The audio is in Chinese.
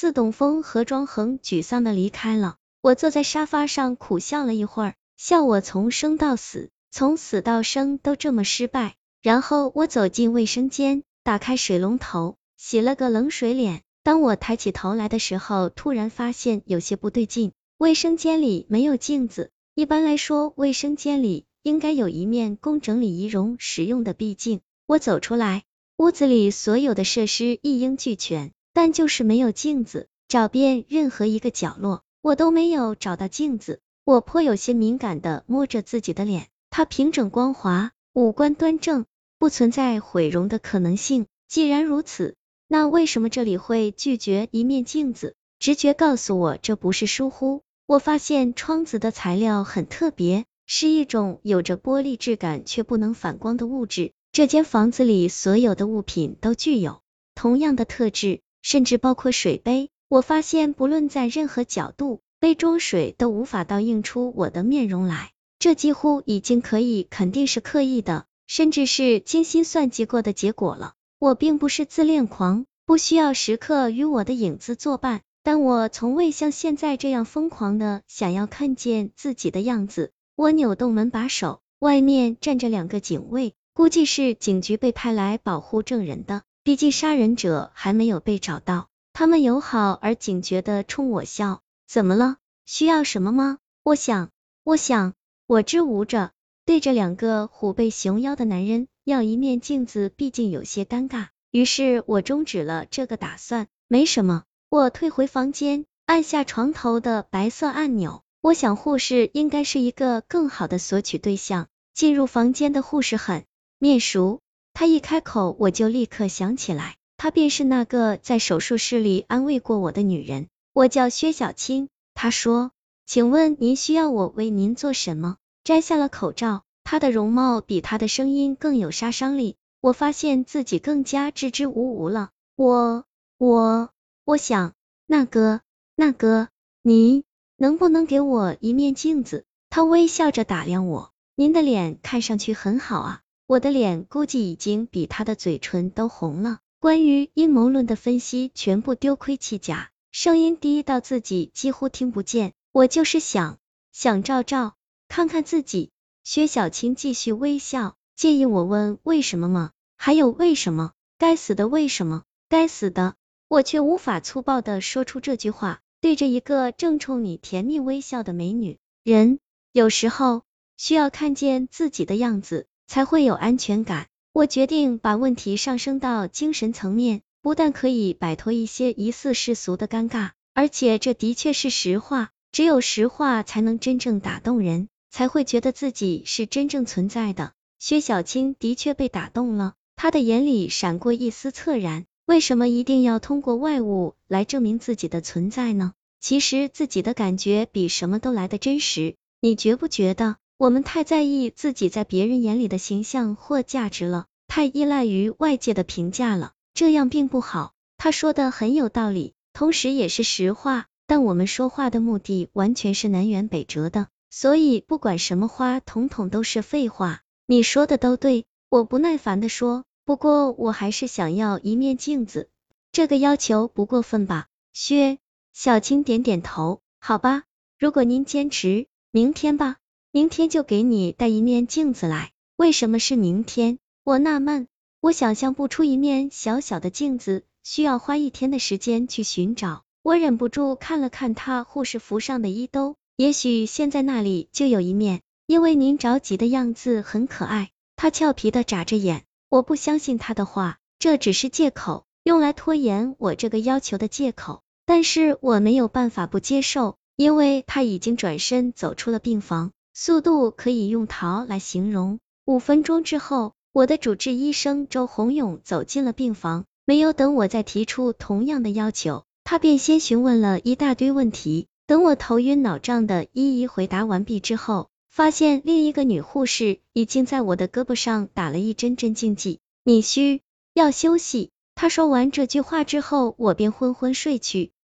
自董峰和庄恒沮丧的离开了。我坐在沙发上苦笑了一会儿，笑我从生到死，从死到生都这么失败。然后我走进卫生间，打开水龙头，洗了个冷水脸。当我抬起头来的时候，突然发现有些不对劲，卫生间里没有镜子。一般来说，卫生间里应该有一面供整理仪容使用的壁镜。我走出来，屋子里所有的设施一应俱全，但就是没有镜子。找遍任何一个角落，我都没有找到镜子。我颇有些敏感的摸着自己的脸，它平整光滑，五官端正，不存在毁容的可能性。既然如此，那为什么这里会拒绝一面镜子？直觉告诉我这不是疏忽。我发现窗子的材料很特别，是一种有着玻璃质感却不能反光的物质。这间房子里所有的物品都具有同样的特质，甚至包括水杯。我发现不论在任何角度，杯中水都无法倒映出我的面容来。这几乎已经可以肯定是刻意的，甚至是精心算计过的结果了。我并不是自恋狂，不需要时刻与我的影子作伴，但我从未像现在这样疯狂的想要看见自己的样子。我扭动门把手，外面站着2个警卫，估计是警局被派来保护证人的，毕竟杀人者还没有被找到。他们友好而警觉的冲我笑。怎么了？需要什么吗？我想，我支吾着，对着2个虎背熊腰的男人要一面镜子，毕竟有些尴尬，于是我终止了这个打算。没什么。我退回房间，按下床头的白色按钮。我想护士应该是一个更好的索取对象。进入房间的护士很面熟，她一开口我就立刻想起来，她便是那个在手术室里安慰过我的女人。我叫薛小青。她说，请问您需要我为您做什么？摘下了口罩，她的容貌比她的声音更有杀伤力。我发现自己更加支支吾吾了。我想，那个，你能不能给我一面镜子？她微笑着打量我，您的脸看上去很好啊。我的脸估计已经比她的嘴唇都红了。关于阴谋论的分析全部丢盔弃甲，声音低到自己几乎听不见。我就是想照看看自己。薛小青继续微笑，介意我问为什么吗？还有为什么？该死的为什么？该死的。我却无法粗暴地说出这句话。对着一个正冲你甜蜜微笑的美女人，有时候需要看见自己的样子，才会有安全感。我决定把问题上升到精神层面，不但可以摆脱一些疑似世俗的尴尬，而且这的确是实话。只有实话才能真正打动人，才会觉得自己是真正存在的。薛小青的确被打动了，她的眼里闪过一丝恻然。为什么一定要通过外物来证明自己的存在呢？其实自己的感觉比什么都来得真实。你觉不觉得我们太在意自己在别人眼里的形象或价值了，太依赖于外界的评价了，这样并不好。他说的很有道理，同时也是实话，但我们说话的目的完全是南辕北辙的，所以不管什么话统统都是废话。你说的都对，我不耐烦地说，不过我还是想要一面镜子，这个要求不过分吧？薛小青点点头，好吧，如果您坚持，明天吧，明天就给你带一面镜子来。为什么是明天？我纳闷，我想象不出一面小小的镜子，需要花1天的时间去寻找。我忍不住看了看他护士服上的衣兜，也许现在那里就有一面，因为您着急的样子很可爱。他俏皮的眨着眼。我不相信他的话，这只是借口，用来拖延我这个要求的借口。但是我没有办法不接受，因为他已经转身走出了病房，速度可以用逃来形容。5分钟之后，我的主治医生周宏勇走进了病房，没有等我再提出同样的要求，他便先询问了一大堆问题。等我头晕脑胀的一一回答完毕之后，发现另一个女护士已经在我的胳膊上打了一针镇静剂。你需要休息。她说完这句话之后，我便昏昏睡去。